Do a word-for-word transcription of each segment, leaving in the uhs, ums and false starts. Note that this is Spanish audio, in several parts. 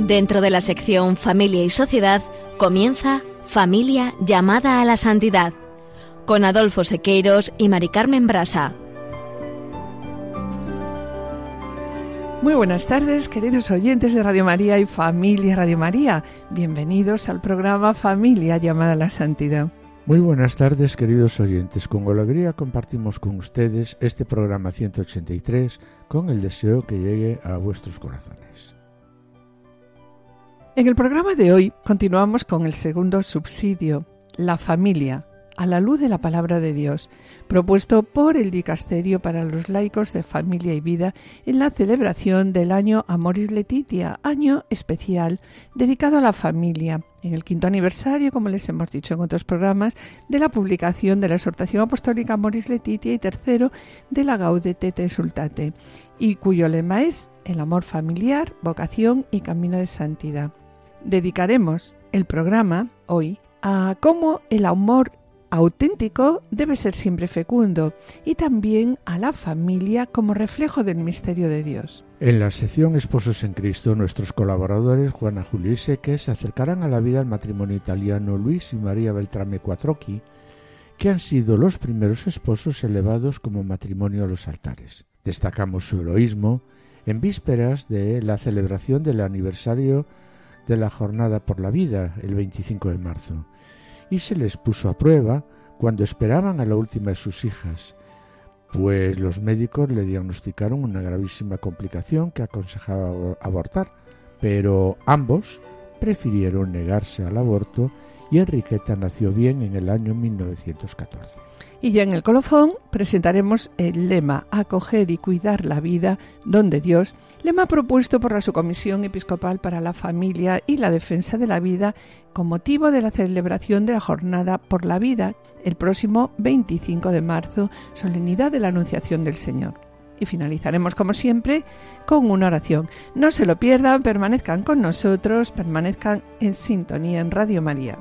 Dentro de la sección Familia y Sociedad comienza Familia llamada a la santidad, con Adolfo Sequeiros y Mari Carmen Brasa. Muy buenas tardes, queridos oyentes de Radio María y Familia Radio María. Bienvenidos al programa Familia llamada a la santidad. Muy buenas tardes, queridos oyentes. Con alegría compartimos con ustedes este programa ciento ochenta y tres con el deseo que llegue a vuestros corazones. En el programa de hoy continuamos con el segundo subsidio, la familia, a la luz de la palabra de Dios, propuesto por el Dicasterio para los laicos de Familia y Vida en la celebración del año Amoris Laetitia, año especial dedicado a la familia, en el quinto aniversario, como les hemos dicho en otros programas, de la publicación de la exhortación apostólica Amoris Laetitia y tercero de la Gaudete et Exsultate, y cuyo lema es el amor familiar, vocación y camino de santidad. Dedicaremos el programa hoy a cómo el amor auténtico debe ser siempre fecundo y también a la familia como reflejo del misterio de Dios. En la sección Esposos en Cristo, nuestros colaboradores Juana, Julio y Seque se acercarán a la vida del matrimonio italiano Luis y María Beltrame Quattrocchi, que han sido los primeros esposos elevados como matrimonio a los altares. Destacamos su heroísmo en vísperas de la celebración del aniversario de la Jornada por la Vida, el veinticinco de marzo, y se les puso a prueba cuando esperaban a la última de sus hijas, pues los médicos le diagnosticaron una gravísima complicación que aconsejaba abortar, pero ambos prefirieron negarse al aborto y Enriqueta nació bien en el año mil novecientos catorce. Y ya en el colofón presentaremos el lema Acoger y cuidar la vida, don de Dios, lema propuesto por la Subcomisión Episcopal para la Familia y la Defensa de la Vida con motivo de la celebración de la Jornada por la Vida el próximo veinticinco de marzo, solemnidad de la Anunciación del Señor. Y finalizaremos, como siempre, con una oración. No se lo pierdan, permanezcan con nosotros, permanezcan en sintonía en Radio María.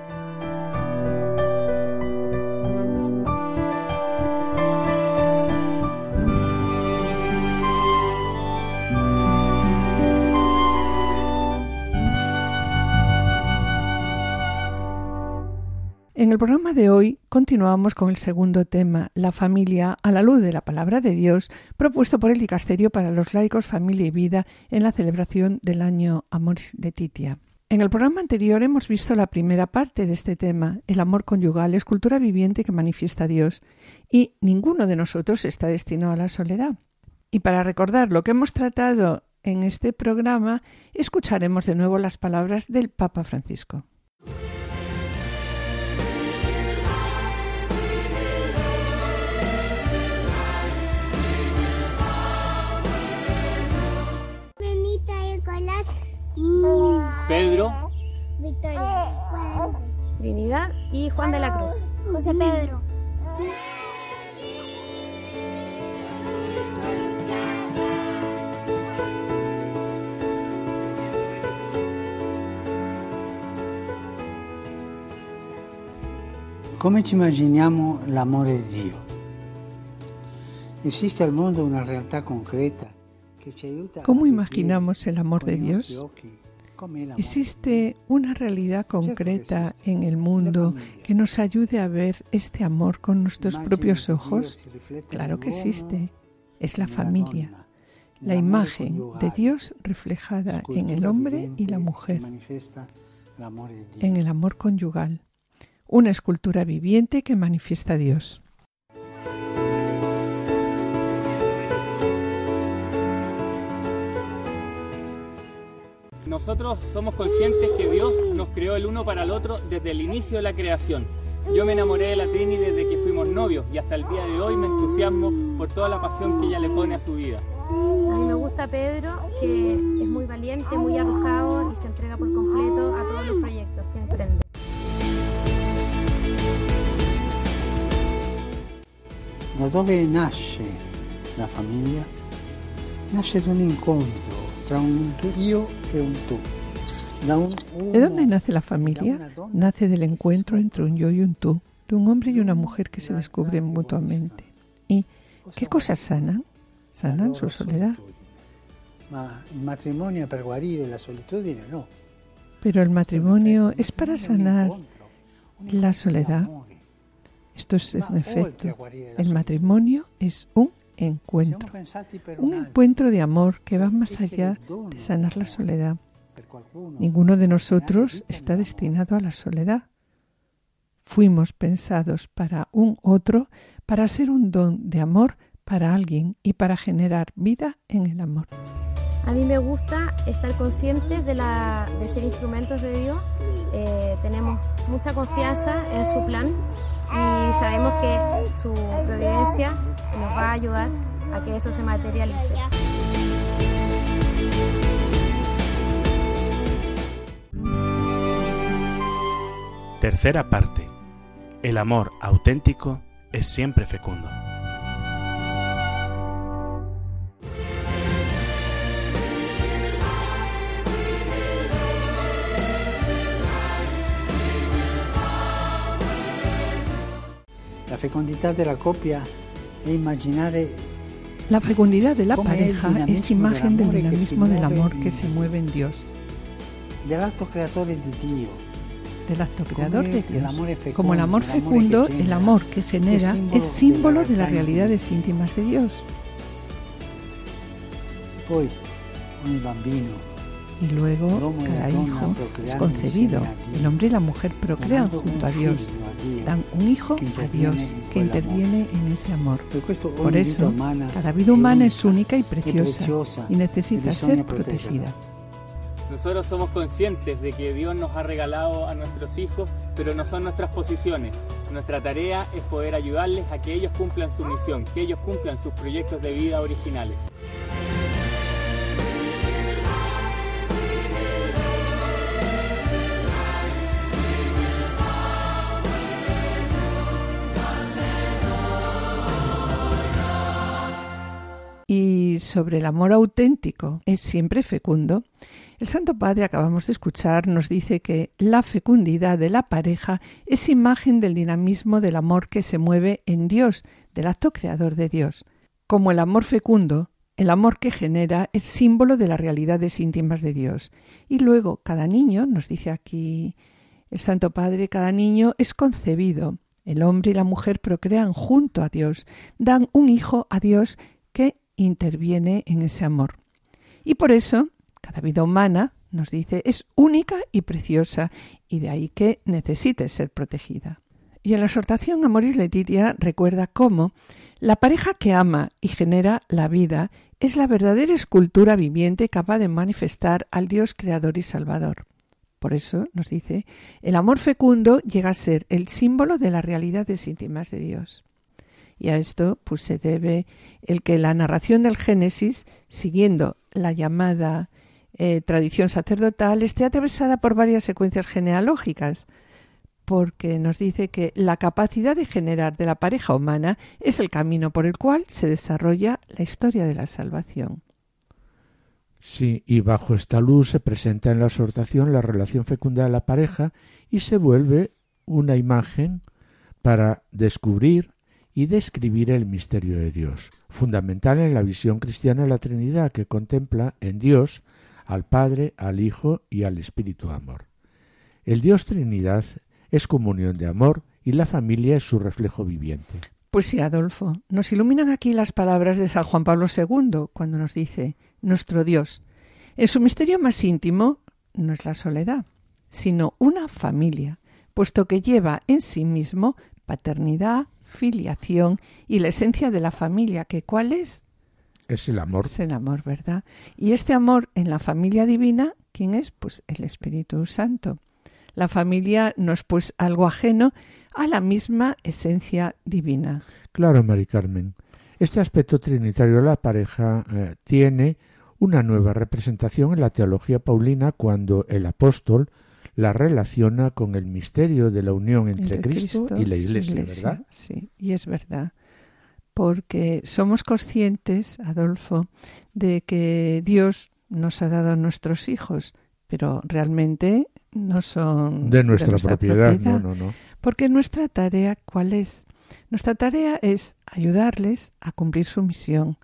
En el programa de hoy continuamos con el segundo tema, la familia a la luz de la palabra de Dios, propuesto por el Dicasterio para los laicos, Familia y Vida en la celebración del año Amoris Laetitia. En el programa anterior hemos visto la primera parte de este tema, el amor conyugal es cultura viviente que manifiesta a Dios, y ninguno de nosotros está destinado a la soledad. Y para recordar lo que hemos tratado en este programa, escucharemos de nuevo las palabras del Papa Francisco. Pedro, Victoria, Trinidad y Juan de la Cruz. José Pedro. Come ci immaginiamo l'amore di Dio? Esiste al mondo una realtà concreta che ci aiuta. ¿Cómo imaginamos el amor de Dios? ¿Existe una realidad concreta en el mundo que nos ayude a ver este amor con nuestros propios ojos? Claro que existe. Es la familia, la imagen de Dios reflejada en el hombre y la mujer, en el amor conyugal, una escultura viviente que manifiesta a Dios. nosotros somos conscientes que Dios nos creó el uno para el otro desde el inicio de la creación. Yo me enamoré de la Trini desde que fuimos novios y hasta el día de hoy me entusiasmo por toda la pasión que ella le pone a su vida. A mí me gusta Pedro, que es muy valiente, muy arrojado y se entrega por completo a todos los proyectos que emprende. Da dove nasce la famiglia? Nasce da un incontro tra un io e un tu. ¿De dónde nace la familia? Nace del encuentro entre un yo y un tú, de un hombre y una mujer que se descubren mutuamente. ¿Y qué cosas sanan? Sanan su soledad. Ma il matrimonio per guarire la solitudine, no. Pero el matrimonio es para sanar la soledad. Esto es un efecto. El matrimonio es un encuentro. Un encuentro de amor que va más allá de sanar la soledad. Ninguno de nosotros está destinado a la soledad. Fuimos pensados para un otro, para ser un don de amor para alguien y para generar vida en el amor. A mí me gusta estar conscientes de, la, de ser instrumentos de Dios. Eh, tenemos mucha confianza en su plan y sabemos que su providencia nos va a ayudar a que eso se materialice. Tercera parte. El amor auténtico es siempre fecundo. La fecondità della coppia è immaginare. La fecundidad de la pareja es imagen del dinamismo del amor que se mueve en Dios. Dell'atto creatore di Dio. Del acto creador de Dios. Como el amor fecundo, el amor que genera es símbolo de las realidades íntimas de Dios. Poi, ogni bambino. Y luego, cada hijo es concebido. El hombre y la mujer procrean junto a Dios. Dan un hijo a Dios que interviene en ese amor. Por eso, cada vida humana es única y preciosa y necesita ser protegida. Nosotros somos conscientes de que Dios nos ha regalado a nuestros hijos, pero no son nuestras posiciones. Nuestra tarea es poder ayudarles a que ellos cumplan su misión, que ellos cumplan sus proyectos de vida originales. Y sobre el amor auténtico, es siempre fecundo. El Santo Padre, acabamos de escuchar, nos dice que la fecundidad de la pareja es imagen del dinamismo del amor que se mueve en Dios, del acto creador de Dios. Como el amor fecundo, el amor que genera es símbolo de las realidades íntimas de Dios. Y luego, cada niño, nos dice aquí el Santo Padre, cada niño es concebido. El hombre y la mujer procrean junto a Dios, dan un hijo a Dios que interviene en ese amor. Y por eso, cada vida humana, nos dice, es única y preciosa, y de ahí que necesite ser protegida. Y en la exhortación Amoris Laetitia recuerda cómo la pareja que ama y genera la vida es la verdadera escultura viviente capaz de manifestar al Dios creador y salvador. Por eso, nos dice, el amor fecundo llega a ser el símbolo de las realidades íntimas de Dios. Y a esto pues, se debe el que la narración del Génesis, siguiendo la llamada eh, tradición sacerdotal, esté atravesada por varias secuencias genealógicas, porque nos dice que la capacidad de generar de la pareja humana es el camino por el cual se desarrolla la historia de la salvación. Sí, y bajo esta luz se presenta en la exhortación la relación fecunda de la pareja y se vuelve una imagen para descubrir y describir el misterio de Dios, fundamental en la visión cristiana de la Trinidad, que contempla en Dios al Padre, al Hijo y al Espíritu Amor. El Dios Trinidad es comunión de amor y la familia es su reflejo viviente. Pues sí, Adolfo, nos iluminan aquí las palabras de San Juan Pablo segundo, cuando nos dice, nuestro Dios, en su misterio más íntimo, no es la soledad, sino una familia, puesto que lleva en sí mismo paternidad, filiación y la esencia de la familia, que ¿cuál es? Es el amor. Es el amor, ¿verdad? Y este amor en la familia divina, ¿quién es? Pues el Espíritu Santo. La familia no es pues algo ajeno a la misma esencia divina. Claro, Mari Carmen. Este aspecto trinitario de la pareja eh, tiene una nueva representación en la teología paulina cuando el apóstol la relaciona con el misterio de la unión entre, entre Cristo, Cristo y la Iglesia, Iglesia, ¿verdad? Sí, y es verdad, porque somos conscientes, Adolfo, de que Dios nos ha dado a nuestros hijos, pero realmente no son de nuestra, de nuestra propiedad, propiedad, no, no, no. Porque nuestra tarea, ¿cuál es? Nuestra tarea es ayudarles a cumplir su misión,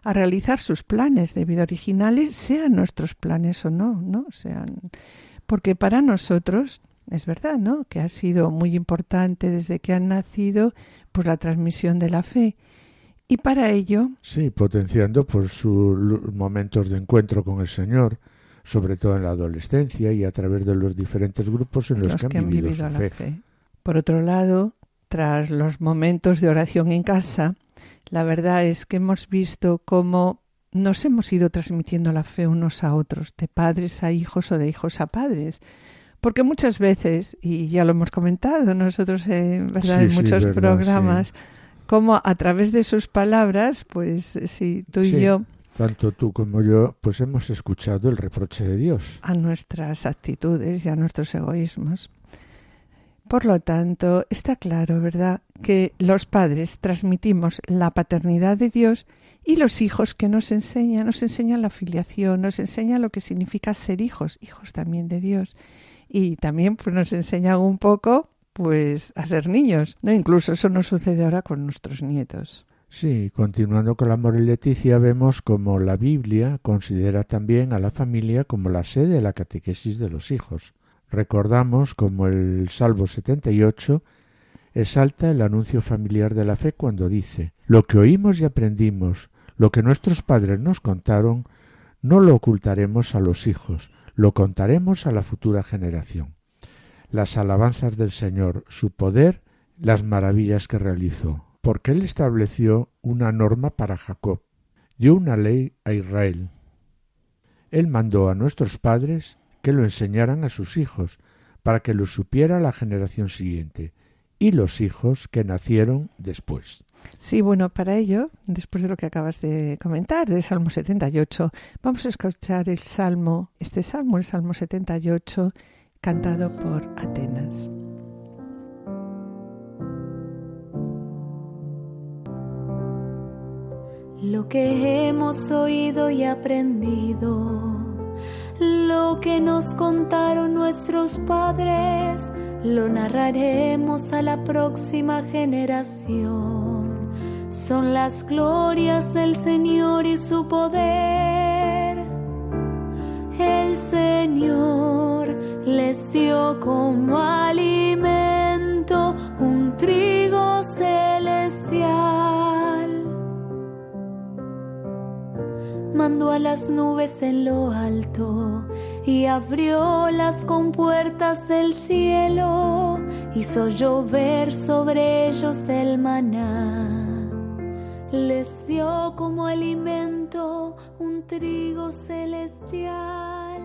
a realizar sus planes de vida originales, sean nuestros planes o no, ¿no? Sean... Porque para nosotros, es verdad, ¿no?, que ha sido muy importante desde que han nacido, pues la transmisión de la fe. Y para ello... Sí, potenciando pues sus momentos de encuentro con el Señor, sobre todo en la adolescencia y a través de los diferentes grupos en los, los que, que han vivido, vivido su fe. fe. Por otro lado, tras los momentos de oración en casa, la verdad es que hemos visto cómo nos hemos ido transmitiendo la fe unos a otros, de padres a hijos o de hijos a padres. Porque muchas veces, y ya lo hemos comentado nosotros en, ¿verdad? Sí, en muchos sí, verdad, programas, sí. Como a través de sus palabras, pues sí, tú y sí, yo... Tanto tú como yo, pues hemos escuchado el reproche de Dios. A nuestras actitudes y a nuestros egoísmos. Por lo tanto, está claro, ¿verdad?, que los padres transmitimos la paternidad de Dios y los hijos que nos enseñan, nos enseñan la filiación, nos enseñan lo que significa ser hijos, hijos también de Dios. Y también pues, nos enseñan un poco pues, a ser niños, ¿no? Incluso eso nos sucede ahora con nuestros nietos. Sí, continuando con la Amor y Leticia, vemos como la Biblia considera también a la familia como la sede de la catequesis de los hijos. Recordamos como el Salmo setenta y ocho exalta el anuncio familiar de la fe cuando dice: lo que oímos y aprendimos, lo que nuestros padres nos contaron, no lo ocultaremos a los hijos, lo contaremos a la futura generación. Las alabanzas del Señor, su poder, las maravillas que realizó. Porque Él estableció una norma para Jacob, dio una ley a Israel. Él mandó a nuestros padres que lo enseñaran a sus hijos, para que lo supiera la generación siguiente, y los hijos que nacieron después. Sí, bueno, para ello, después de lo que acabas de comentar, del Salmo setenta y ocho, vamos a escuchar el Salmo, este Salmo, el Salmo setenta y ocho, cantado por Atenas. Lo que hemos oído y aprendido, lo que nos contaron nuestros padres, lo narraremos a la próxima generación. Son las glorias del Señor y su poder. El Señor les dio como alimento un trigo celestial. Mandó a las nubes en lo alto y abrió las compuertas del cielo, hizo llover sobre ellos el maná, les dio como alimento un trigo celestial.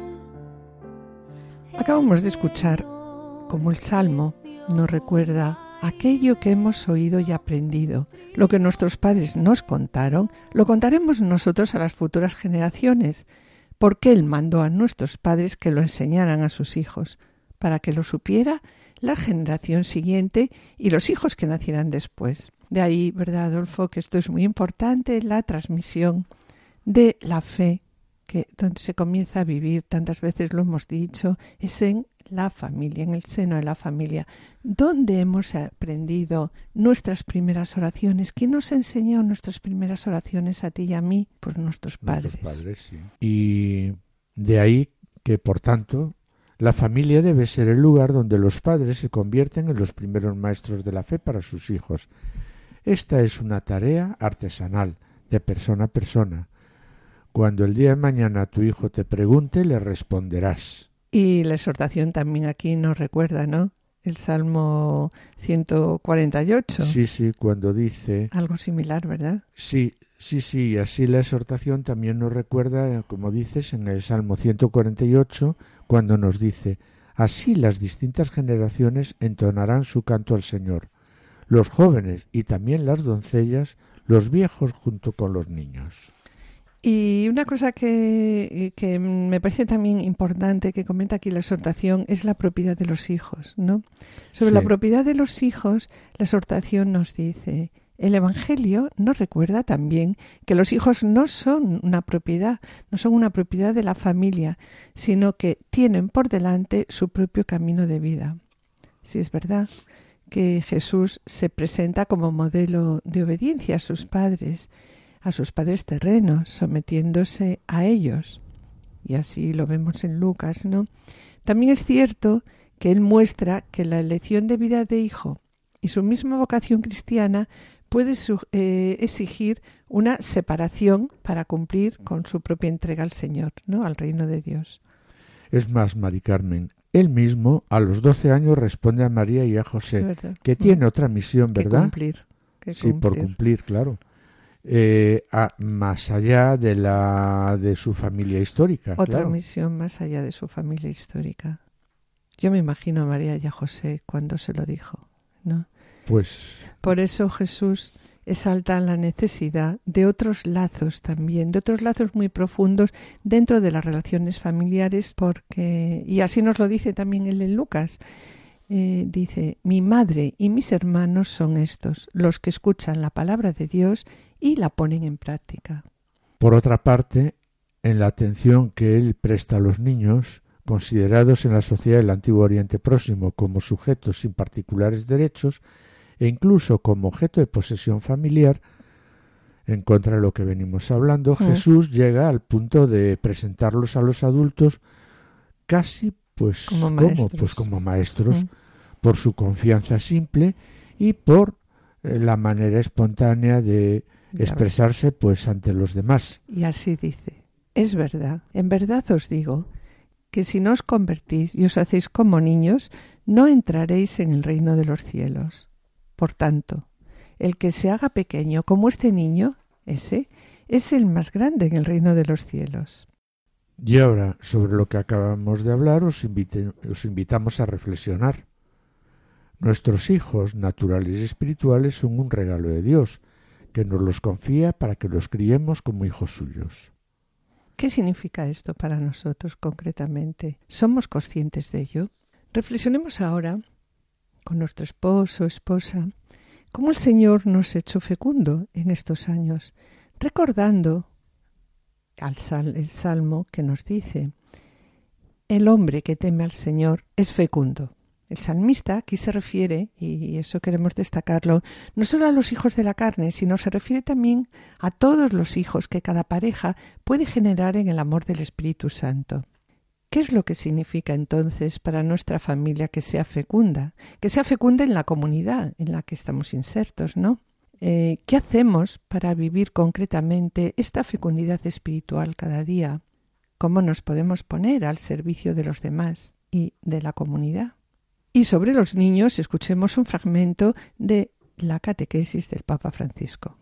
Acabamos de escuchar cómo el Salmo nos recuerda aquello que hemos oído y aprendido, lo que nuestros padres nos contaron, lo contaremos nosotros a las futuras generaciones, porque Él mandó a nuestros padres que lo enseñaran a sus hijos, para que lo supiera la generación siguiente y los hijos que nacieran después. De ahí, ¿verdad, Adolfo?, que esto es muy importante, la transmisión de la fe, que donde se comienza a vivir, tantas veces lo hemos dicho, es en la familia, en el seno de la familia, donde hemos aprendido nuestras primeras oraciones. ¿Quién nos enseñó nuestras primeras oraciones a ti y a mí? Pues nuestros padres. Nuestros padres, sí. Y de ahí que, por tanto, la familia debe ser el lugar donde los padres se convierten en los primeros maestros de la fe para sus hijos. Esta es una tarea artesanal, de persona a persona. Cuando el día de mañana tu hijo te pregunte, le responderás. Y la exhortación también aquí nos recuerda, ¿no? El Salmo ciento cuarenta y ocho. Sí, sí, cuando dice... Algo similar, ¿verdad? Sí, sí, sí, así la exhortación también nos recuerda, como dices, en el Salmo ciento cuarenta y ocho, cuando nos dice: así las distintas generaciones entonarán su canto al Señor, los jóvenes y también las doncellas, los viejos junto con los niños. Y una cosa que, que me parece también importante que comenta aquí la exhortación es la propiedad de los hijos, ¿no? Sobre sí. La propiedad de los hijos, la exhortación nos dice: el Evangelio nos recuerda también que los hijos no son una propiedad, no son una propiedad de la familia, sino que tienen por delante su propio camino de vida. Sí, es verdad que Jesús se presenta como modelo de obediencia a sus padres, a sus padres terrenos, sometiéndose a ellos. Y así lo vemos en Lucas, ¿no? También es cierto que él muestra que la elección de vida de hijo y su misma vocación cristiana puede su, eh, exigir una separación para cumplir con su propia entrega al Señor, ¿no? Al reino de Dios. Es más, Mari Carmen, él mismo a los doce años responde a María y a José, que tiene otra misión, ¿verdad? Que cumplir. Que sí, cumplir. por cumplir, claro. Eh, a, más allá de la de su familia histórica. Otra claro. misión más allá de su familia histórica. Yo me imagino a María y a José cuando se lo dijo, ¿no? Pues por eso Jesús exalta la necesidad de otros lazos también, de otros lazos muy profundos dentro de las relaciones familiares, porque, y así nos lo dice también él en Lucas, eh, dice, mi madre y mis hermanos son estos, los que escuchan la palabra de Dios y la ponen en práctica. Por otra parte, en la atención que él presta a los niños, considerados en la sociedad del Antiguo Oriente Próximo como sujetos sin particulares derechos e incluso como objeto de posesión familiar, en contra de lo que venimos hablando, mm. Jesús llega al punto de presentarlos a los adultos casi pues como como, maestros, pues, como maestros mm. por su confianza simple y por eh, la manera espontánea de ya expresarse ves. Pues ante los demás. Y así dice, es verdad, en verdad os digo, que si no os convertís y os hacéis como niños, no entraréis en el reino de los cielos. Por tanto, el que se haga pequeño como este niño, ese, es el más grande en el reino de los cielos. Y ahora, sobre lo que acabamos de hablar, os, invite, os invitamos a reflexionar. Nuestros hijos naturales y espirituales son un regalo de Dios, que nos los confía para que los criemos como hijos suyos. ¿Qué significa esto para nosotros concretamente? ¿Somos conscientes de ello? Reflexionemos ahora con nuestro esposo o esposa cómo el Señor nos ha hecho fecundo en estos años, recordando al sal, el Salmo que nos dice, el hombre que teme al Señor es fecundo. El salmista aquí se refiere, y eso queremos destacarlo, no solo a los hijos de la carne, sino se refiere también a todos los hijos que cada pareja puede generar en el amor del Espíritu Santo. ¿Qué es lo que significa entonces para nuestra familia que sea fecunda? Que sea fecunda en la comunidad en la que estamos insertos, ¿no? Eh, ¿Qué hacemos para vivir concretamente esta fecundidad espiritual cada día? ¿Cómo nos podemos poner al servicio de los demás y de la comunidad? Y sobre los niños escuchemos un fragmento de la catequesis del Papa Francisco.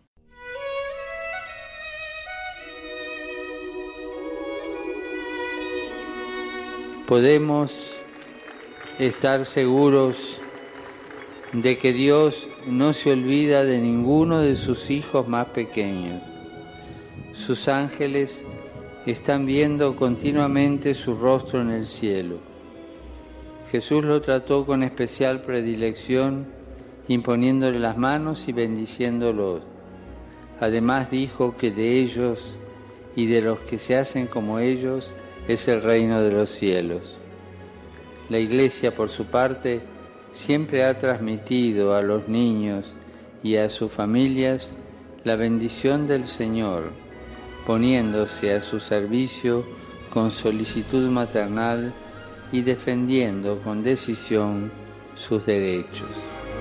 Podemos estar seguros de que Dios no se olvida de ninguno de sus hijos más pequeños. Sus ángeles están viendo continuamente su rostro en el cielo. Jesús lo trató con especial predilección, imponiéndole las manos y bendiciéndolos. Además dijo que de ellos y de los que se hacen como ellos es el reino de los cielos. La Iglesia, por su parte, siempre ha transmitido a los niños y a sus familias la bendición del Señor, poniéndose a su servicio con solicitud maternal y defendiendo con decisión sus derechos.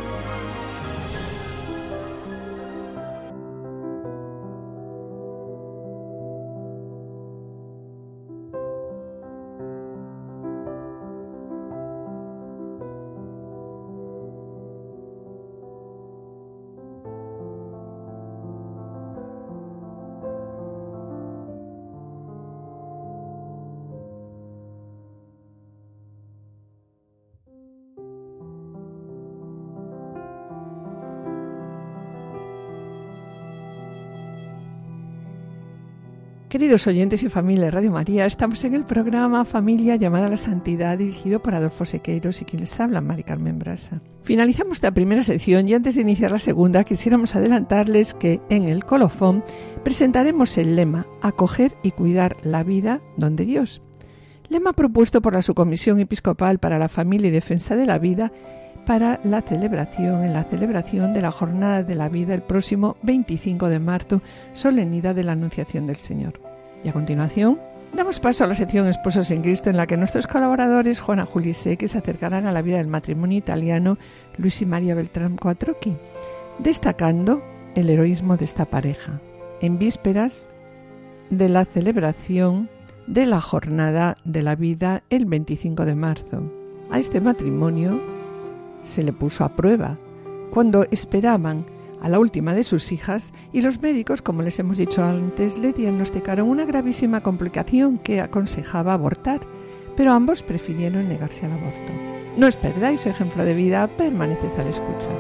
Queridos oyentes y familia de Radio María, estamos en el programa Familia llamada a la Santidad, dirigido por Adolfo Sequeiros y quien les habla, Mari Carmen Brasa. Finalizamos esta primera sección y antes de iniciar la segunda quisiéramos adelantarles que en el colofón presentaremos el lema Acoger y cuidar la vida donde Dios. Lema propuesto por la Subcomisión Episcopal para la Familia y Defensa de la Vida, para la celebración, en la celebración de la Jornada de la Vida el próximo veinticinco de marzo, solemnidad de la Anunciación del Señor. Y a continuación, damos paso a la sección Esposos en Cristo, en la que nuestros colaboradores Juana Juli Seque se acercarán a la vida del matrimonio italiano Luis y María Beltrán Quattrocchi, destacando el heroísmo de esta pareja, en vísperas de la celebración de la Jornada de la Vida el veinticinco de marzo. A este matrimonio se le puso a prueba cuando esperaban a la última de sus hijas y los médicos, como les hemos dicho antes, le diagnosticaron una gravísima complicación que aconsejaba abortar, pero ambos prefirieron negarse al aborto. No os perdáis su ejemplo de vida, permaneced a la escucha.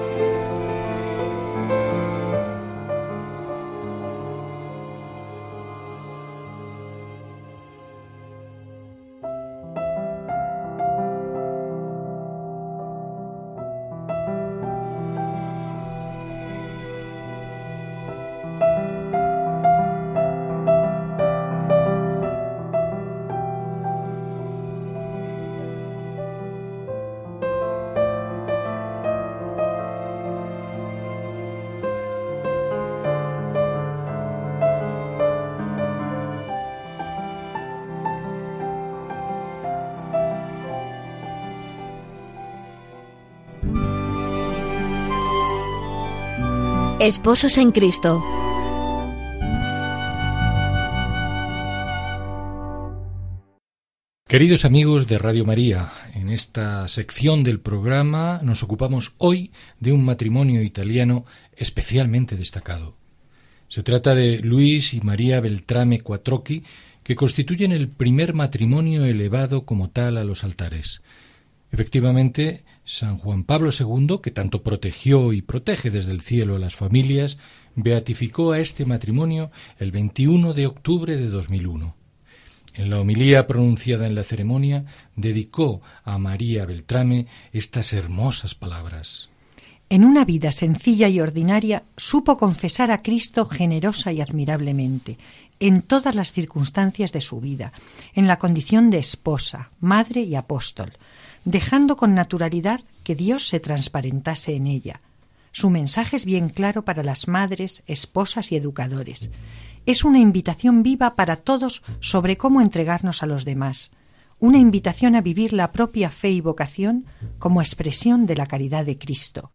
Esposos en Cristo. Queridos amigos de Radio María, en esta sección del programa nos ocupamos hoy de un matrimonio italiano especialmente destacado. Se trata de Luis y María Beltrame Quattrocchi, que constituyen el primer matrimonio elevado como tal a los altares. Efectivamente, San Juan Pablo segundo, que tanto protegió y protege desde el cielo a las familias, beatificó a este matrimonio el veintiuno de octubre de dos mil uno. En la homilía pronunciada en la ceremonia, dedicó a María Beltrame estas hermosas palabras. En una vida sencilla y ordinaria, supo confesar a Cristo generosa y admirablemente, en todas las circunstancias de su vida, en la condición de esposa, madre y apóstol, dejando con naturalidad que Dios se transparentase en ella. Su mensaje es bien claro para las madres, esposas y educadores. Es una invitación viva para todos sobre cómo entregarnos a los demás, una invitación a vivir la propia fe y vocación como expresión de la caridad de Cristo.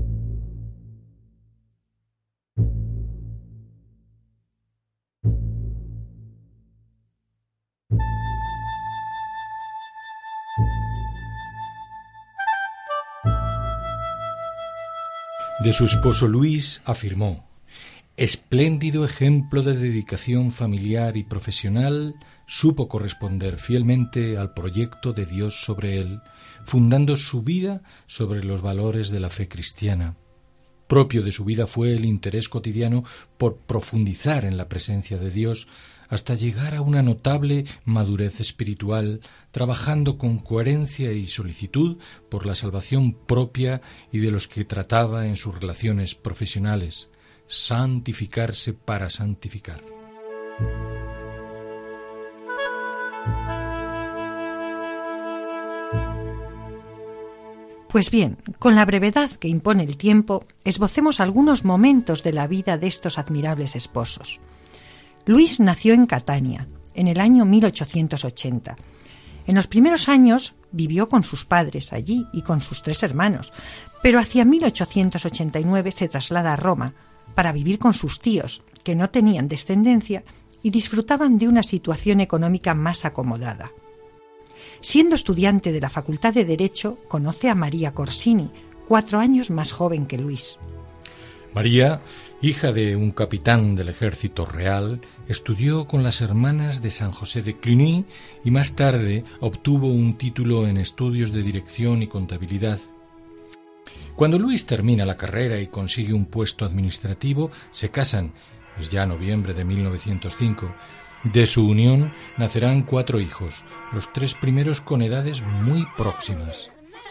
De su esposo Luis afirmó: espléndido ejemplo de dedicación familiar y profesional, supo corresponder fielmente al proyecto de Dios sobre él, fundando su vida sobre los valores de la fe cristiana. Propio de su vida fue el interés cotidiano por profundizar en la presencia de Dios hasta llegar a una notable madurez espiritual, trabajando con coherencia y solicitud por la salvación propia y de los que trataba en sus relaciones profesionales. Santificarse para santificar. Pues bien, con la brevedad que impone el tiempo, esbocemos algunos momentos de la vida de estos admirables esposos. Luis nació en Catania, en el año mil ochocientos ochenta. En los primeros años vivió con sus padres allí y con sus tres hermanos, pero hacia mil ochocientos ochenta y nueve se traslada a Roma para vivir con sus tíos, que no tenían descendencia y disfrutaban de una situación económica más acomodada. Siendo estudiante de la Facultad de Derecho, conoce a María Corsini, cuatro años más joven que Luis. María, hija de un capitán del ejército real, estudió con las hermanas de San José de Cluny y más tarde obtuvo un título en estudios de dirección y contabilidad. Cuando Luis termina la carrera y consigue un puesto administrativo, se casan. Es ya noviembre de mil novecientos cinco. De su unión nacerán cuatro hijos, los tres primeros con edades muy próximas.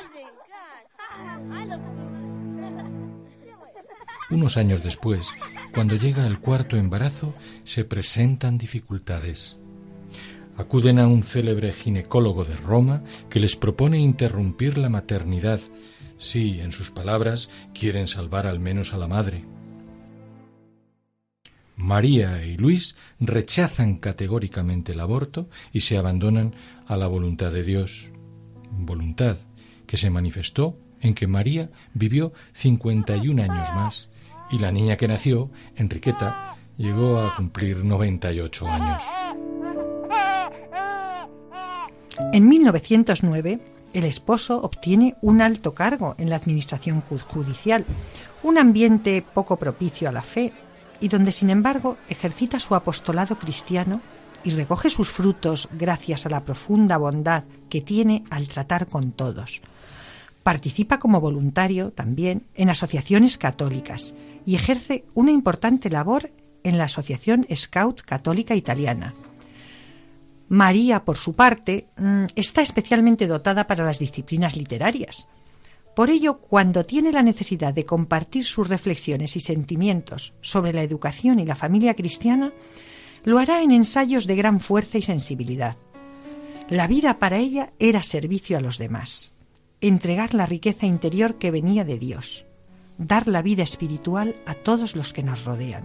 Unos años después, cuando llega el cuarto embarazo, se presentan dificultades. Acuden a un célebre ginecólogo de Roma que les propone interrumpir la maternidad, Sí, en sus palabras, quieren salvar al menos a la madre. María y Luis rechazan categóricamente el aborto y se abandonan a la voluntad de Dios. Voluntad que se manifestó en que María vivió cincuenta y un años más y la niña que nació, Enriqueta, llegó a cumplir noventa y ocho años. En mil novecientos nueve, el esposo obtiene un alto cargo en la administración judicial, un ambiente poco propicio a la fe y donde, sin embargo, ejercita su apostolado cristiano y recoge sus frutos gracias a la profunda bondad que tiene al tratar con todos. Participa como voluntario también en asociaciones católicas y ejerce una importante labor en la Asociación Scout Católica Italiana. María, por su parte, está especialmente dotada para las disciplinas literarias. Por ello, cuando tiene la necesidad de compartir sus reflexiones y sentimientos sobre la educación y la familia cristiana, lo hará en ensayos de gran fuerza y sensibilidad. La vida para ella era servicio a los demás, entregar la riqueza interior que venía de Dios, dar la vida espiritual a todos los que nos rodean.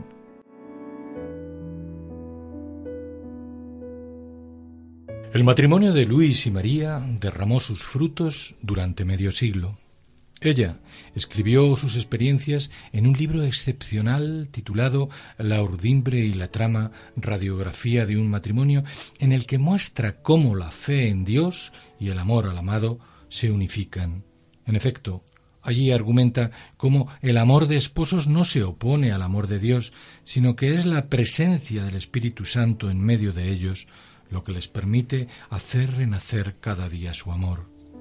El matrimonio de Luis y María derramó sus frutos durante medio siglo. Ella escribió sus experiencias en un libro excepcional titulado La urdimbre y la trama, radiografía de un matrimonio, en el que muestra cómo la fe en Dios y el amor al amado se unifican. En efecto, allí argumenta cómo el amor de esposos no se opone al amor de Dios, sino que es la presencia del Espíritu Santo en medio de ellos lo que les permite hacer renacer cada día su amor.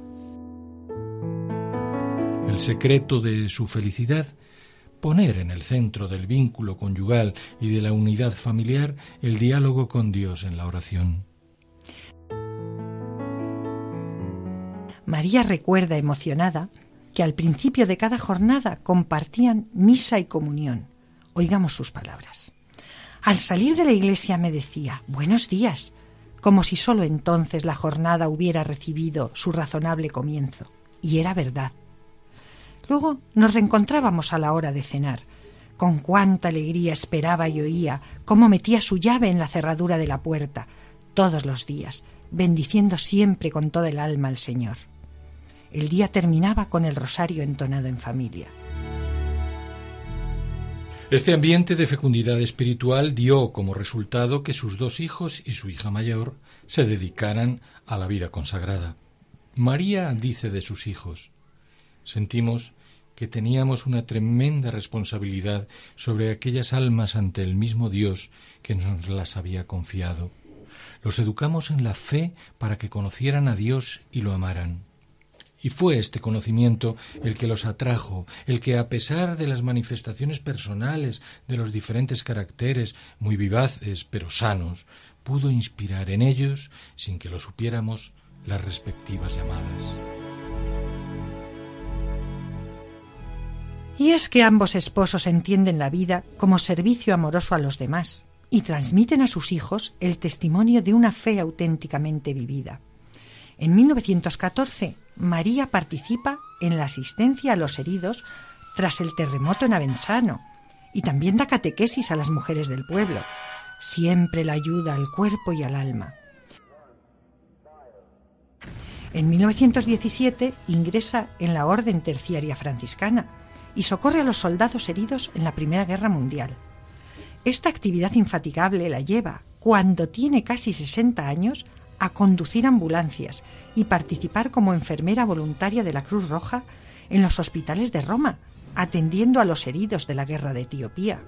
El secreto de su felicidad, poner en el centro del vínculo conyugal y de la unidad familiar el diálogo con Dios en la oración. María recuerda emocionada que al principio de cada jornada compartían misa y comunión. Oigamos sus palabras. Al salir de la iglesia me decía, buenos días, como si sólo entonces la jornada hubiera recibido su razonable comienzo. Y era verdad. Luego nos reencontrábamos a la hora de cenar. Con cuánta alegría esperaba y oía cómo metía su llave en la cerradura de la puerta, todos los días, bendiciendo siempre con toda el alma al Señor. El día terminaba con el rosario entonado en familia. Este ambiente de fecundidad espiritual dio como resultado que sus dos hijos y su hija mayor se dedicaran a la vida consagrada. María dice de sus hijos: sentimos que teníamos una tremenda responsabilidad sobre aquellas almas ante el mismo Dios que nos las había confiado. Los educamos en la fe para que conocieran a Dios y lo amaran. Y fue este conocimiento el que los atrajo, el que, a pesar de las manifestaciones personales de los diferentes caracteres, muy vivaces pero sanos, pudo inspirar en ellos, sin que lo supiéramos, las respectivas llamadas. Y es que ambos esposos entienden la vida como servicio amoroso a los demás y transmiten a sus hijos el testimonio de una fe auténticamente vivida. En mil novecientos catorce, María participa en la asistencia a los heridos tras el terremoto en Avenzano y también da catequesis a las mujeres del pueblo. Siempre la ayuda al cuerpo y al alma. En mil novecientos diecisiete ingresa en la Orden Terciaria Franciscana y socorre a los soldados heridos en la Primera Guerra Mundial. Esta actividad infatigable la lleva, cuando tiene casi sesenta años, a conducir ambulancias y participar como enfermera voluntaria de la Cruz Roja en los hospitales de Roma, atendiendo a los heridos de la guerra de Etiopía.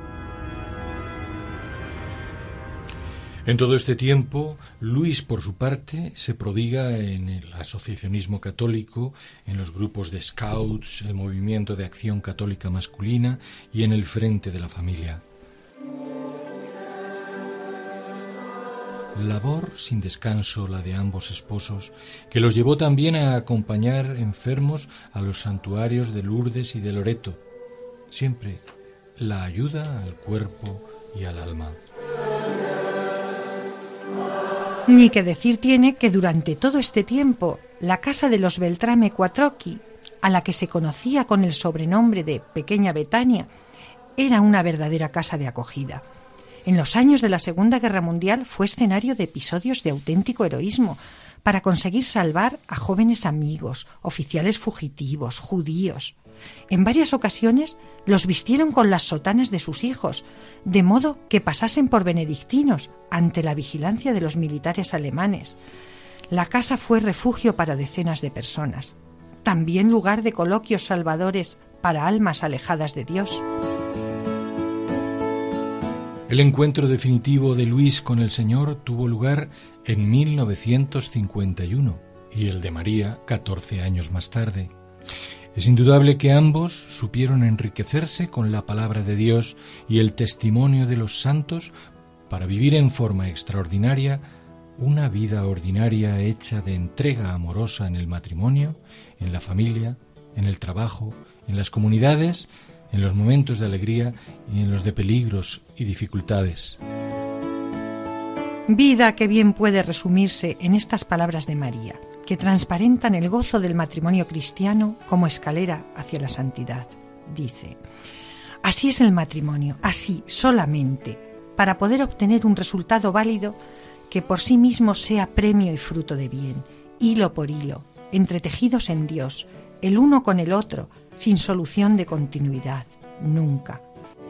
En todo este tiempo, Luis, por su parte, se prodiga en el asociacionismo católico, en los grupos de scouts, el movimiento de acción católica masculina y en el frente de la familia. Labor sin descanso la de ambos esposos, que los llevó también a acompañar enfermos a los santuarios de Lourdes y de Loreto. Siempre la ayuda al cuerpo y al alma. Ni que decir tiene que durante todo este tiempo la casa de los Beltrame Quattrocchi a la que se conocía con el sobrenombre de Pequeña Betania, era una verdadera casa de acogida. En los años de la Segunda Guerra Mundial fue escenario de episodios de auténtico heroísmo para conseguir salvar a jóvenes amigos, oficiales fugitivos, judíos. En varias ocasiones los vistieron con las sotanas de sus hijos, de modo que pasasen por benedictinos ante la vigilancia de los militares alemanes. La casa fue refugio para decenas de personas, también lugar de coloquios salvadores para almas alejadas de Dios. El encuentro definitivo de Luis con el Señor tuvo lugar en mil novecientos cincuenta y uno y el de María catorce años más tarde. Es indudable que ambos supieron enriquecerse con la palabra de Dios y el testimonio de los santos para vivir en forma extraordinaria una vida ordinaria hecha de entrega amorosa en el matrimonio, en la familia, en el trabajo, en las comunidades, en los momentos de alegría y en los de peligros y dificultades. Vida que bien puede resumirse en estas palabras de María, que transparentan el gozo del matrimonio cristiano como escalera hacia la santidad. Dice: así es el matrimonio, así solamente, para poder obtener un resultado válido que por sí mismo sea premio y fruto de bien, hilo por hilo, entretejidos en Dios, el uno con el otro, sin solución de continuidad, nunca.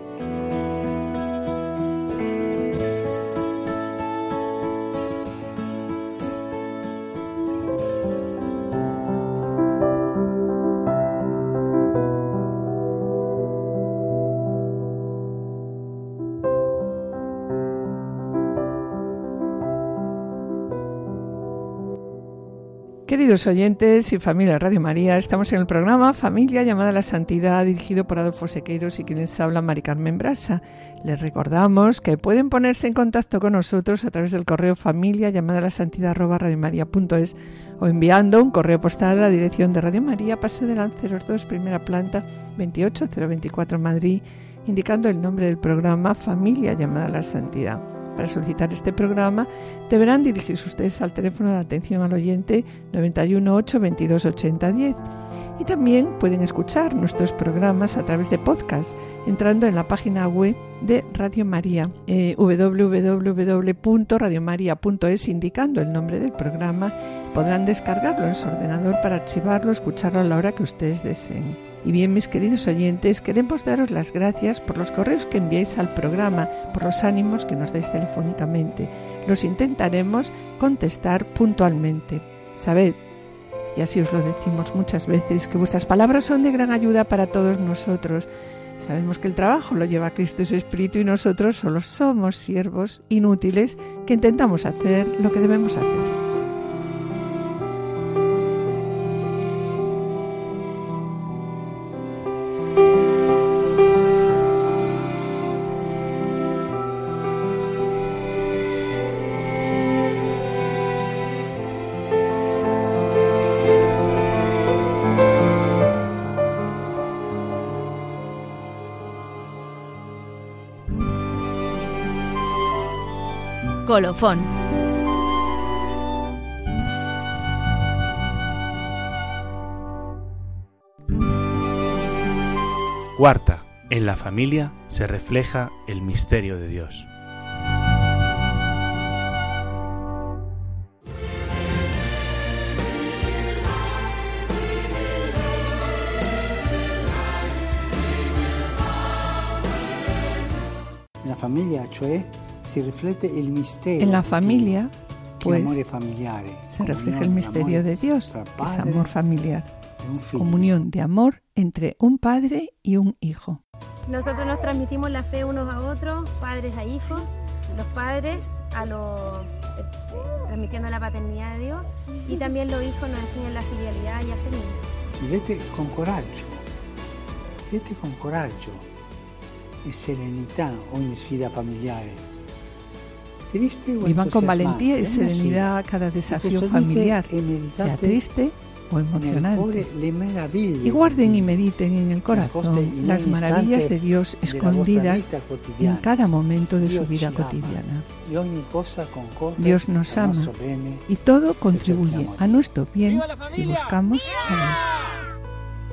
Queridos oyentes y familia de Radio María, estamos en el programa Familia llamada a la Santidad, dirigido por Adolfo Sequeiros y quien les habla, Mari Carmen Brasa. Les recordamos que pueden ponerse en contacto con nosotros a través del correo familia llamada a la santidad arroba radiomaria.es o enviando un correo postal a la dirección de Radio María, Paseo de Lanceros dos, primera planta, veintiocho cero veinticuatro, Madrid, indicando el nombre del programa Familia llamada a la Santidad. Para solicitar este programa deberán dirigirse ustedes al teléfono de atención al oyente noventa y uno ocho veintidós ochenta diez y también pueden escuchar nuestros programas a través de podcast entrando en la página web de Radio María, eh, doble u doble u doble u punto radio maría punto es, indicando el nombre del programa. Podrán descargarlo en su ordenador para archivarlo, escucharlo a la hora que ustedes deseen. Y bien, mis queridos oyentes, queremos daros las gracias por los correos que enviáis al programa, por los ánimos que nos dais telefónicamente. Los intentaremos contestar puntualmente. Sabed, y así os lo decimos muchas veces, que vuestras palabras son de gran ayuda para todos nosotros. Sabemos que el trabajo lo lleva Cristo y su Espíritu y nosotros solo somos siervos inútiles que intentamos hacer lo que debemos hacer. Colofón. Cuarta, en la familia se refleja el misterio de Dios. En la familia, cioè, si refleja el misterio. En la familia, pues, familiare, se refleja el misterio de Dios, es amor familiar, comunión de amor entre un padre y un hijo. Nosotros nos transmitimos la fe unos a otros, padres a hijos, los padres a los eh, transmitiendo la paternidad de Dios, y también los hijos nos enseñan la filialidad y a ser niños. Vivete con coraggio, vivete con coraggio y serenidad ogni sfida familiare. Vivan con valentía y serenidad cada desafío familiar, sea triste o emocionante. Y guarden y mediten en el corazón las maravillas de Dios escondidas en cada momento de su vida cotidiana. Dios nos ama y todo contribuye a nuestro bien si buscamos amor.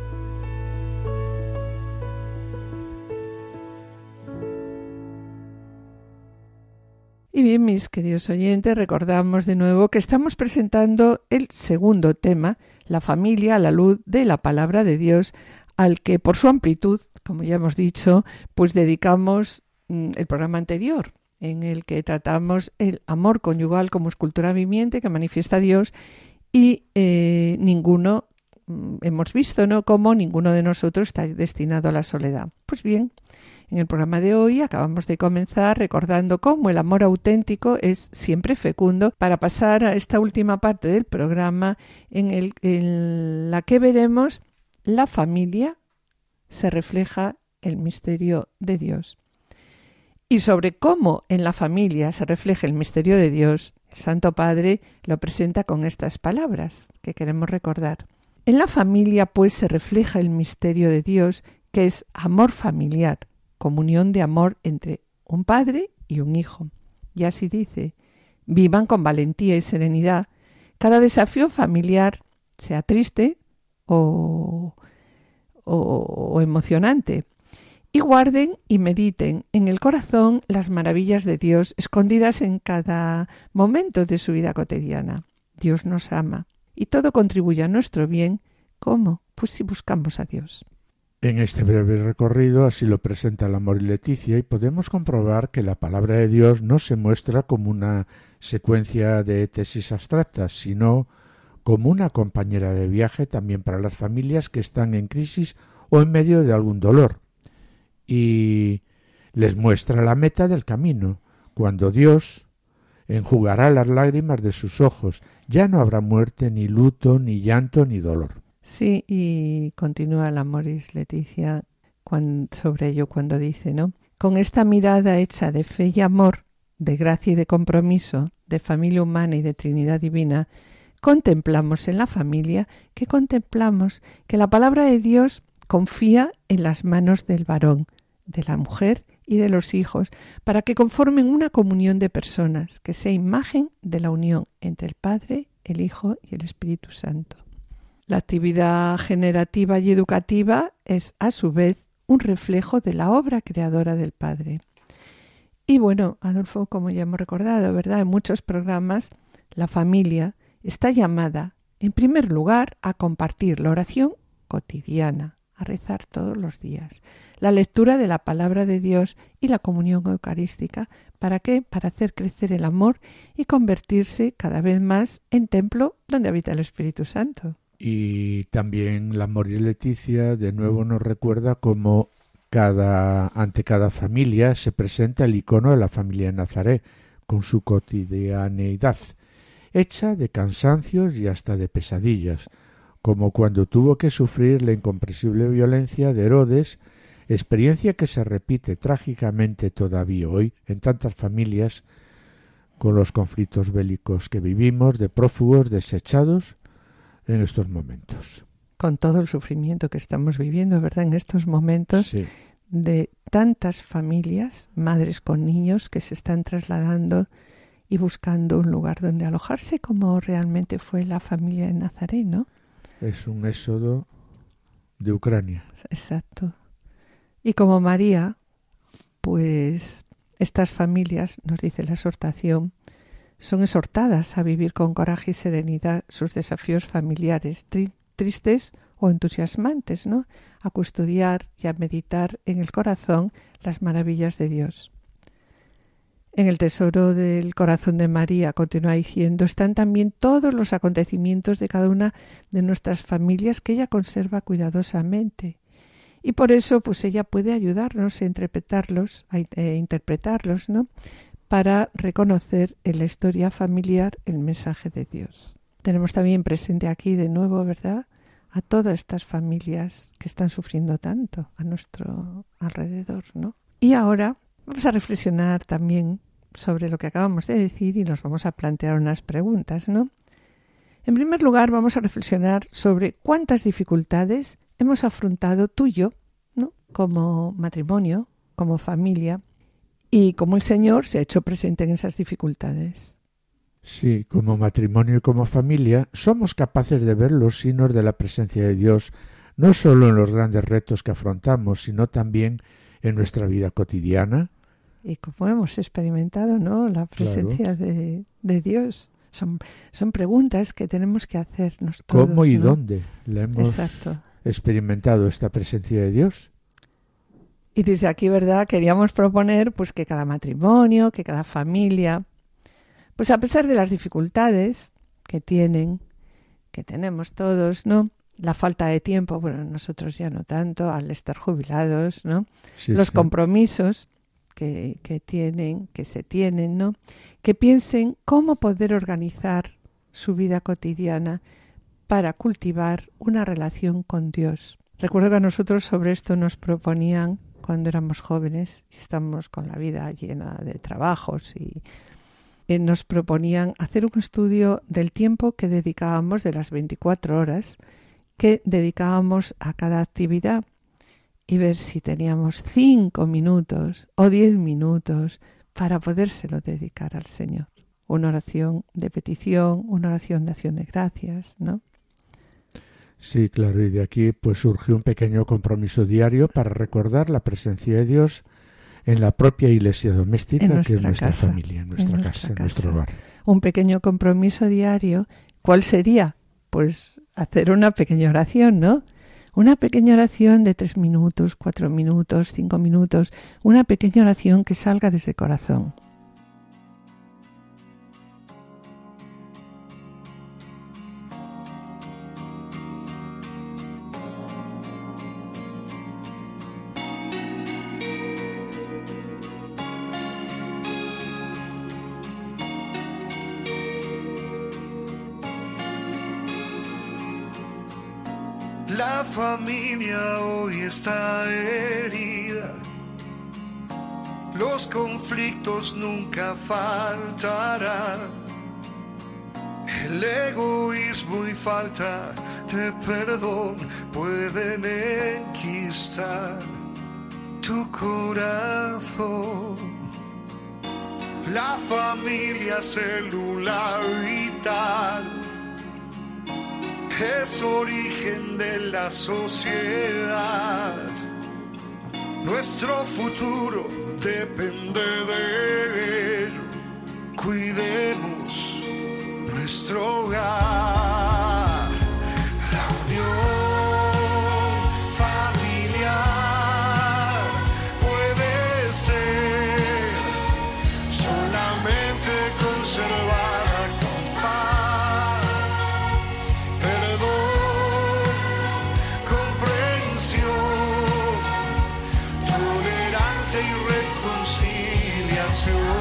Y bien, mis queridos oyentes, recordamos de nuevo que estamos presentando el segundo tema, la familia a la luz de la palabra de Dios, al que por su amplitud, como ya hemos dicho, pues dedicamos mm, el programa anterior, en el que tratamos el amor conyugal como escultura viviente que manifiesta a Dios y eh, ninguno, mm, hemos visto, ¿no?, cómo ninguno de nosotros está destinado a la soledad. Pues bien, en el programa de hoy acabamos de comenzar recordando cómo el amor auténtico es siempre fecundo, para pasar a esta última parte del programa en, el, en la que veremos la familia se refleja el misterio de Dios. Y sobre cómo en la familia se refleja el misterio de Dios, el Santo Padre lo presenta con estas palabras que queremos recordar. En la familia, pues, se refleja el misterio de Dios, que es amor familiar, comunión de amor entre un padre y un hijo. Y así dice: vivan con valentía y serenidad cada desafío familiar, sea triste o, o, o emocionante, y guarden y mediten en el corazón las maravillas de Dios escondidas en cada momento de su vida cotidiana. Dios nos ama y todo contribuye a nuestro bien. ¿Cómo? Pues si buscamos a Dios. En este breve recorrido así lo presenta el Amor y Leticia, y podemos comprobar que la palabra de Dios no se muestra como una secuencia de tesis abstractas, sino como una compañera de viaje también para las familias que están en crisis o en medio de algún dolor, y les muestra la meta del camino, cuando Dios enjugará las lágrimas de sus ojos. Ya no habrá muerte, ni luto, ni llanto, ni dolor. Sí, y continúa la Amoris Leticia cuando, sobre ello cuando dice, ¿no? Con esta mirada hecha de fe y amor, de gracia y de compromiso, de familia humana y de Trinidad divina, contemplamos en la familia, que contemplamos que la palabra de Dios confía en las manos del varón, de la mujer y de los hijos, para que conformen una comunión de personas, que sea imagen de la unión entre el Padre, el Hijo y el Espíritu Santo. La actividad generativa y educativa es, a su vez, un reflejo de la obra creadora del Padre. Y bueno, Adolfo, como ya hemos recordado, ¿verdad?, en muchos programas, la familia está llamada, en primer lugar, a compartir la oración cotidiana, a rezar todos los días, la lectura de la palabra de Dios y la comunión eucarística. ¿Para qué? Para hacer crecer el amor y convertirse cada vez más en templo donde habita el Espíritu Santo. Y también la Amor y Leticia de nuevo nos recuerda cómo cada, ante cada familia se presenta el icono de la familia de Nazaret, con su cotidianeidad, hecha de cansancios y hasta de pesadillas, como cuando tuvo que sufrir la incomprensible violencia de Herodes, experiencia que se repite trágicamente todavía hoy en tantas familias, con los conflictos bélicos que vivimos, de prófugos desechados en estos momentos. Con todo el sufrimiento que estamos viviendo, ¿verdad?, en estos momentos, sí, de tantas familias, madres con niños que se están trasladando y buscando un lugar donde alojarse, como realmente fue la familia de Nazaret, ¿no? Es un éxodo de Ucrania. Exacto. Y como María, pues estas familias, nos dice la exhortación, son exhortadas a vivir con coraje y serenidad sus desafíos familiares, tri- tristes o entusiasmantes, ¿no?, a custodiar y a meditar en el corazón las maravillas de Dios. En el tesoro del corazón de María, continúa diciendo, están también todos los acontecimientos de cada una de nuestras familias que ella conserva cuidadosamente. Y por eso, pues ella puede ayudarnos a interpretarlos, a eh, interpretarlos, ¿no?, para reconocer en la historia familiar el mensaje de Dios. Tenemos también presente aquí de nuevo, ¿verdad?, a todas estas familias que están sufriendo tanto a nuestro alrededor, ¿no? Y ahora vamos a reflexionar también sobre lo que acabamos de decir y nos vamos a plantear unas preguntas, ¿no? En primer lugar, vamos a reflexionar sobre cuántas dificultades hemos afrontado tú y yo, ¿no?, como matrimonio, como familia, y cómo el Señor se ha hecho presente en esas dificultades. Sí, como matrimonio y como familia, somos capaces de ver los signos de la presencia de Dios, no solo en los grandes retos que afrontamos, sino también en nuestra vida cotidiana. y como hemos experimentado, ¿no?, la presencia claro. de, de Dios. Son, son preguntas que tenemos que hacernos todos. ¿Cómo y ¿no? dónde la hemos Exacto. experimentado esta presencia de Dios? Y desde aquí, ¿verdad?, queríamos proponer pues que cada matrimonio, que cada familia, pues a pesar de las dificultades que tienen, que tenemos todos, ¿no?, la falta de tiempo, bueno, nosotros ya no tanto, al estar jubilados, ¿no?, sí, los sí. compromisos que, que tienen, que se tienen, ¿no?, que piensen cómo poder organizar su vida cotidiana para cultivar una relación con Dios. Recuerdo que a nosotros sobre esto nos proponían cuando éramos jóvenes y estamos con la vida llena de trabajos y eh, nos proponían hacer un estudio del tiempo que dedicábamos, de las veinticuatro horas que dedicábamos a cada actividad y ver si teníamos cinco minutos o diez minutos para podérselo dedicar al Señor. Una oración de petición, una oración de acción de gracias, ¿no? Sí, claro, y de aquí pues surgió un pequeño compromiso diario para recordar la presencia de Dios en la propia iglesia doméstica, que es nuestra casa, familia, en nuestra, en nuestra casa, casa, en nuestro hogar. Un pequeño compromiso diario. ¿Cuál sería? Pues hacer una pequeña oración, ¿no? Una pequeña oración de tres minutos, cuatro minutos, cinco minutos, una pequeña oración que salga desde el corazón. La familia hoy está herida, los conflictos nunca faltarán, el egoísmo y falta de perdón pueden enquistar tu corazón. La familia celular vital es origen de la sociedad. Nuestro futuro depende de ello. Cuidemos nuestro hogar. La unión familiar puede ser solamente conservada con paz, perdón, comprensión, tolerancia y reconciliación.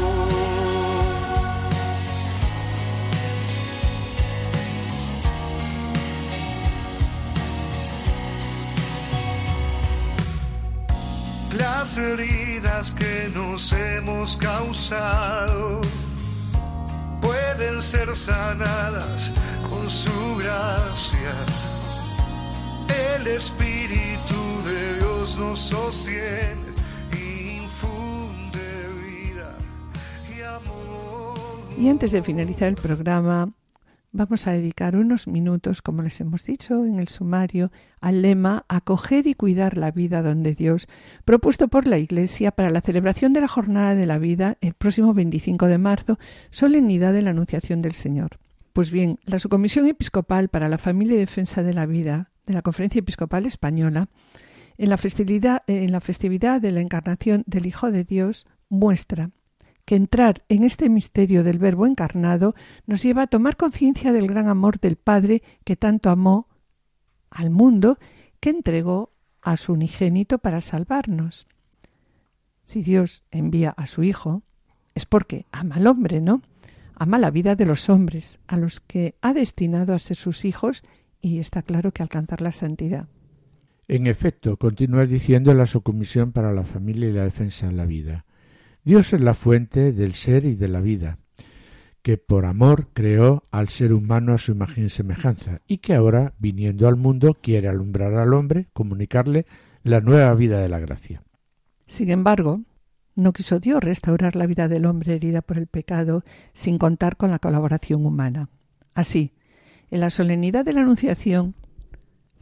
Las heridas que nos hemos causado pueden ser sanadas con su gracia. El Espíritu de Dios nos sostiene e infunde vida y amor. Y antes de finalizar el programa, vamos a dedicar unos minutos, como les hemos dicho en el sumario, al lema Acoger y cuidar la vida donde Dios, propuesto por la Iglesia para la celebración de la Jornada de la Vida el próximo veinticinco de marzo, solemnidad de la Anunciación del Señor. Pues bien, la Subcomisión Episcopal para la Familia y Defensa de la Vida de la Conferencia Episcopal Española, en la festividad, en la festividad de la Encarnación del Hijo de Dios, muestra que entrar en este misterio del Verbo encarnado nos lleva a tomar conciencia del gran amor del Padre que tanto amó al mundo, que entregó a su unigénito para salvarnos. Si Dios envía a su Hijo, es porque ama al hombre, ¿no? Ama la vida de los hombres, a los que ha destinado a ser sus hijos, y está claro que alcanzar la santidad. En efecto, continúa diciendo la Subcomisión para la Familia y la Defensa de la Vida: Dios es la fuente del ser y de la vida, que por amor creó al ser humano a su imagen y semejanza, y que ahora, viniendo al mundo, quiere alumbrar al hombre, comunicarle la nueva vida de la gracia. Sin embargo, no quiso Dios restaurar la vida del hombre herida por el pecado sin contar con la colaboración humana. Así, en la solemnidad de la Anunciación,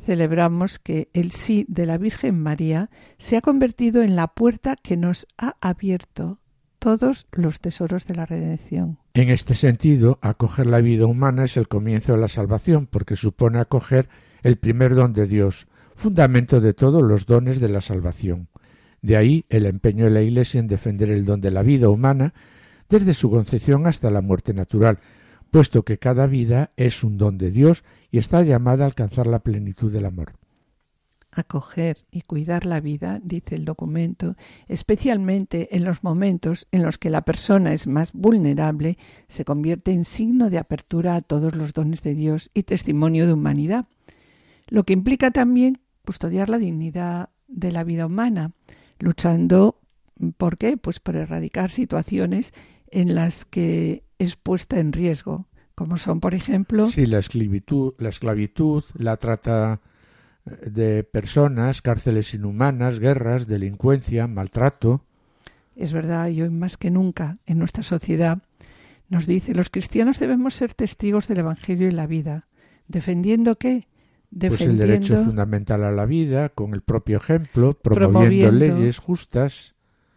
celebramos que el sí de la Virgen María se ha convertido en la puerta que nos ha abierto todos los tesoros de la redención. En este sentido, acoger la vida humana es el comienzo de la salvación, porque supone acoger el primer don de Dios, fundamento de todos los dones de la salvación. De ahí el empeño de la Iglesia en defender el don de la vida humana desde su concepción hasta la muerte natural, puesto que cada vida es un don de Dios y está llamada a alcanzar la plenitud del amor. Acoger y cuidar la vida, dice el documento, especialmente en los momentos en los que la persona es más vulnerable, se convierte en signo de apertura a todos los dones de Dios y testimonio de humanidad, lo que implica también custodiar la dignidad de la vida humana, luchando, ¿por qué? Pues por erradicar situaciones en las que es puesta en riesgo, como son, por ejemplo... Sí, la esclavitud, la esclavitud, la trata de personas, cárceles inhumanas, guerras, delincuencia, maltrato. Es verdad, y hoy más que nunca en nuestra sociedad nos dice, los cristianos debemos ser testigos del Evangelio y la vida, defendiendo ¿qué? Defendiendo, pues el derecho fundamental a la vida, con el propio ejemplo, promoviendo, promoviendo leyes justas,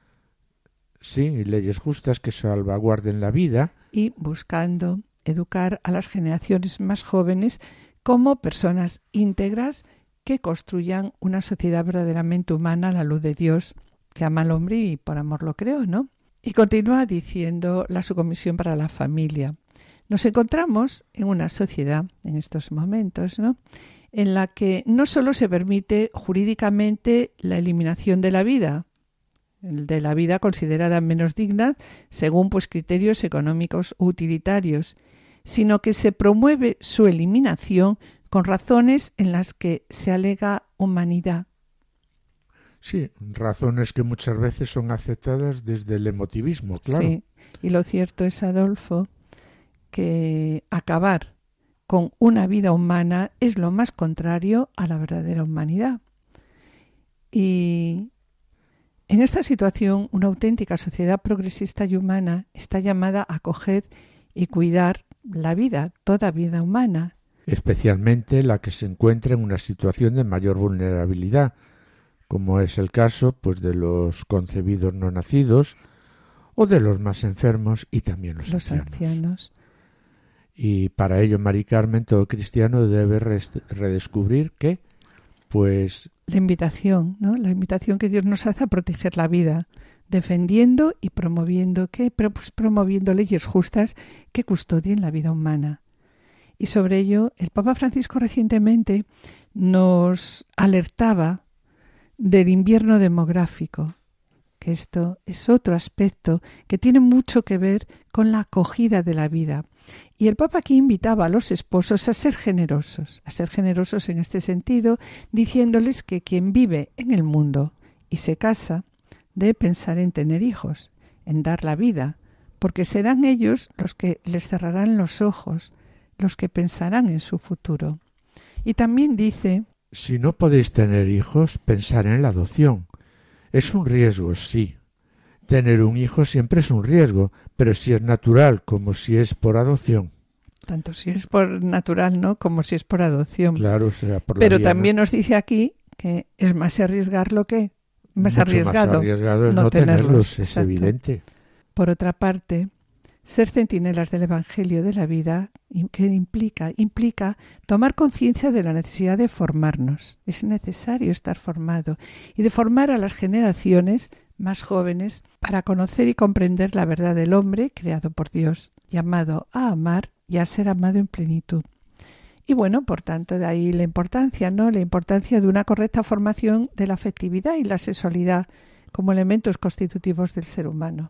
sí, leyes justas que salvaguarden la vida. Y buscando educar a las generaciones más jóvenes como personas íntegras que construyan una sociedad verdaderamente humana a la luz de Dios, que ama al hombre y por amor lo creó, ¿no? Y continúa diciendo la Subcomisión para la Familia. Nos encontramos en una sociedad, en estos momentos, ¿no?, en la que no solo se permite jurídicamente la eliminación de la vida, de la vida considerada menos digna, según pues criterios económicos o utilitarios, sino que se promueve su eliminación con razones en las que se alega humanidad. Sí, razones que muchas veces son aceptadas desde el emotivismo, claro. Sí, y lo cierto es, Adolfo, que acabar con una vida humana es lo más contrario a la verdadera humanidad. Y en esta situación, una auténtica sociedad progresista y humana está llamada a acoger y cuidar la vida, toda vida humana. Especialmente la que se encuentra en una situación de mayor vulnerabilidad, como es el caso pues de los concebidos no nacidos o de los más enfermos y también los, los ancianos. ancianos. Y para ello, Mari Carmen, todo cristiano debe redescubrir que, pues... La invitación, ¿no? La invitación que Dios nos hace a proteger la vida, defendiendo y promoviendo, ¿qué? Pero pues promoviendo leyes justas que custodien la vida humana. Y sobre ello, el Papa Francisco recientemente nos alertaba del invierno demográfico, que esto es otro aspecto que tiene mucho que ver con la acogida de la vida. Y el Papa aquí invitaba a los esposos a ser generosos, a ser generosos en este sentido, diciéndoles que quien vive en el mundo y se casa debe pensar en tener hijos, en dar la vida, porque serán ellos los que les cerrarán los ojos, los que pensarán en su futuro. Y también dice... Si no podéis tener hijos, pensar en la adopción. Es un riesgo, sí. Tener un hijo siempre es un riesgo, pero si es natural como si es por adopción. Tanto si es por natural, ¿no?, como si es por adopción. Claro, o sea, por la Pero vía, también ¿no? Nos dice aquí que es más arriesgarlo que... Más Mucho arriesgado. más arriesgado es no, no tenerlos, tenerlos es exacto. Evidente. Por otra parte, ser centinelas del Evangelio de la vida, ¿qué implica? Implica tomar conciencia de la necesidad de formarnos. Es necesario estar formado y de formar a las generaciones más jóvenes para conocer y comprender la verdad del hombre creado por Dios, llamado a amar y a ser amado en plenitud. Y bueno, por tanto, de ahí la importancia, ¿no? La importancia de una correcta formación de la afectividad y la sexualidad como elementos constitutivos del ser humano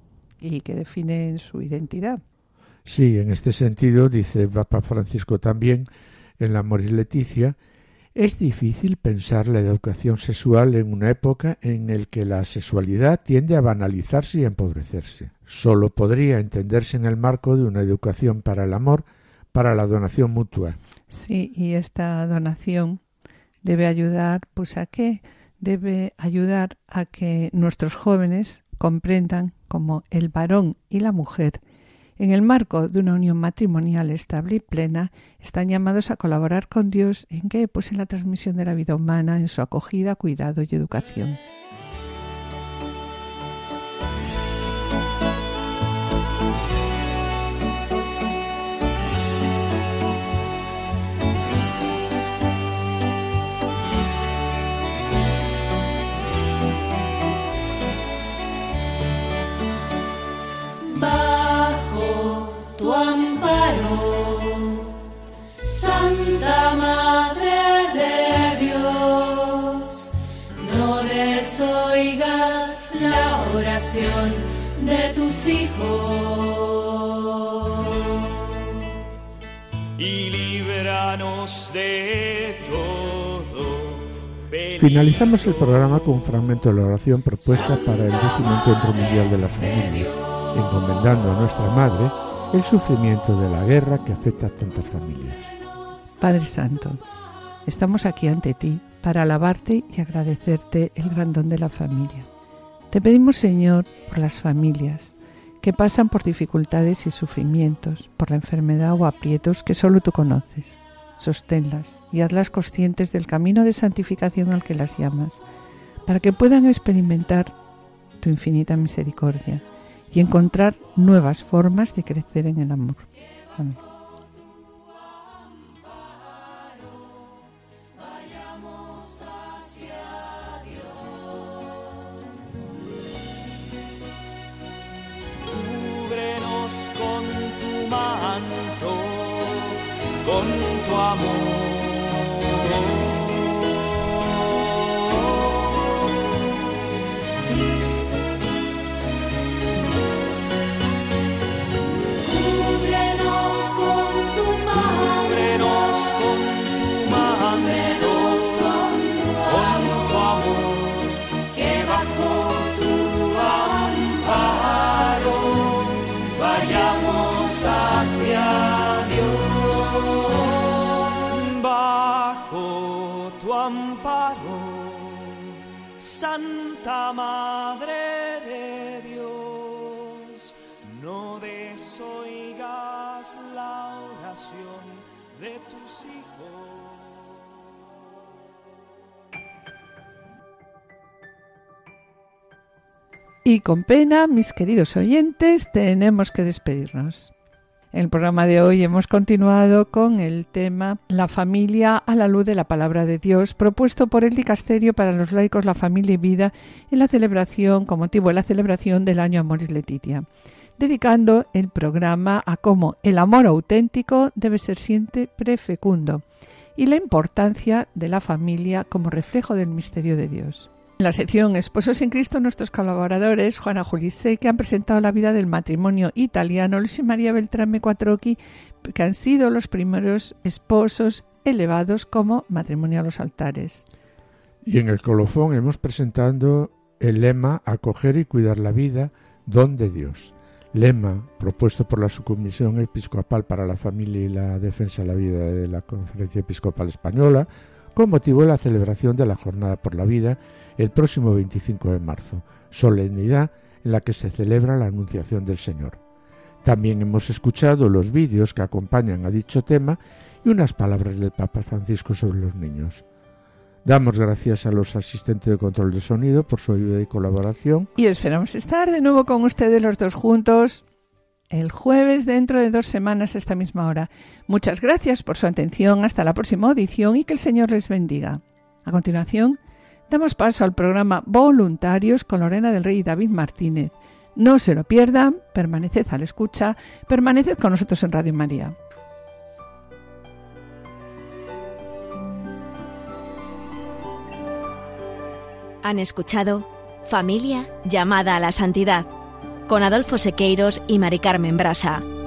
y que definen su identidad. Sí, en este sentido, dice el Papa Francisco también, en la Amoris Laetitia, es difícil pensar la educación sexual en una época en la que la sexualidad tiende a banalizarse y a empobrecerse. Solo podría entenderse en el marco de una educación para el amor, para la donación mutua. Sí, y esta donación debe ayudar, pues ¿a qué? Debe ayudar a que nuestros jóvenes comprendan cómo el varón y la mujer En el marco de una unión matrimonial estable y plena, están llamados a colaborar con Dios ¿en qué? Pues en la transmisión de la vida humana, en su acogida, cuidado y educación. Bajo tu amparo, Santa Madre de Dios, no desoigas la oración de tus hijos y líbranos de todo. Finalizamos el programa con un fragmento de la oración propuesta para el décimo Encuentro Mundial de las Familias, encomendando a nuestra Madre el sufrimiento de la guerra que afecta a tantas familias. Padre Santo, estamos aquí ante ti para alabarte y agradecerte el gran don de la familia. Te pedimos, Señor, por las familias que pasan por dificultades y sufrimientos, por la enfermedad o aprietos que solo tú conoces. Sosténlas y hazlas conscientes del camino de santificación al que las llamas, para que puedan experimentar tu infinita misericordia y encontrar nuevas formas de crecer en el amor. Amén. Cúbrenos con tu manto, con tu amor. Santa Madre de Dios, no desoigas la oración de tus hijos. Y con pena, mis queridos oyentes, tenemos que despedirnos. En el programa de hoy hemos continuado con el tema La familia a la luz de la palabra de Dios, propuesto por el Dicasterio para los laicos, la familia y vida, en la celebración, con motivo de la celebración del año Amoris Laetitia, dedicando el programa a cómo el amor auténtico debe ser siempre fecundo y la importancia de la familia como reflejo del misterio de Dios. En la sección Esposos en Cristo, nuestros colaboradores, Juana Julisse, que han presentado la vida del matrimonio italiano, Luis y María Beltrame Quattrocchi, que han sido los primeros esposos elevados como matrimonio a los altares. Y en el colofón hemos presentado el lema Acoger y cuidar la vida, don de Dios. Lema propuesto por la Subcomisión Episcopal para la Familia y la Defensa de la Vida de la Conferencia Episcopal Española, con motivo de la celebración de la Jornada por la Vida el próximo veinticinco de marzo, solemnidad en la que se celebra la Anunciación del Señor. También hemos escuchado los vídeos que acompañan a dicho tema y unas palabras del Papa Francisco sobre los niños. Damos gracias a los asistentes de control de sonido por su ayuda y colaboración. Y esperamos estar de nuevo con ustedes los dos juntos el jueves dentro de dos semanas a esta misma hora. Muchas gracias por su atención. Hasta la próxima audición y que el Señor les bendiga. A continuación, damos paso al programa Voluntarios con Lorena del Rey y David Martínez. No se lo pierdan, permaneced a la escucha, permaneced con nosotros en Radio María. Han escuchado Familia llamada a la santidad, con Adolfo Sequeiros y Mari Carmen Brasa.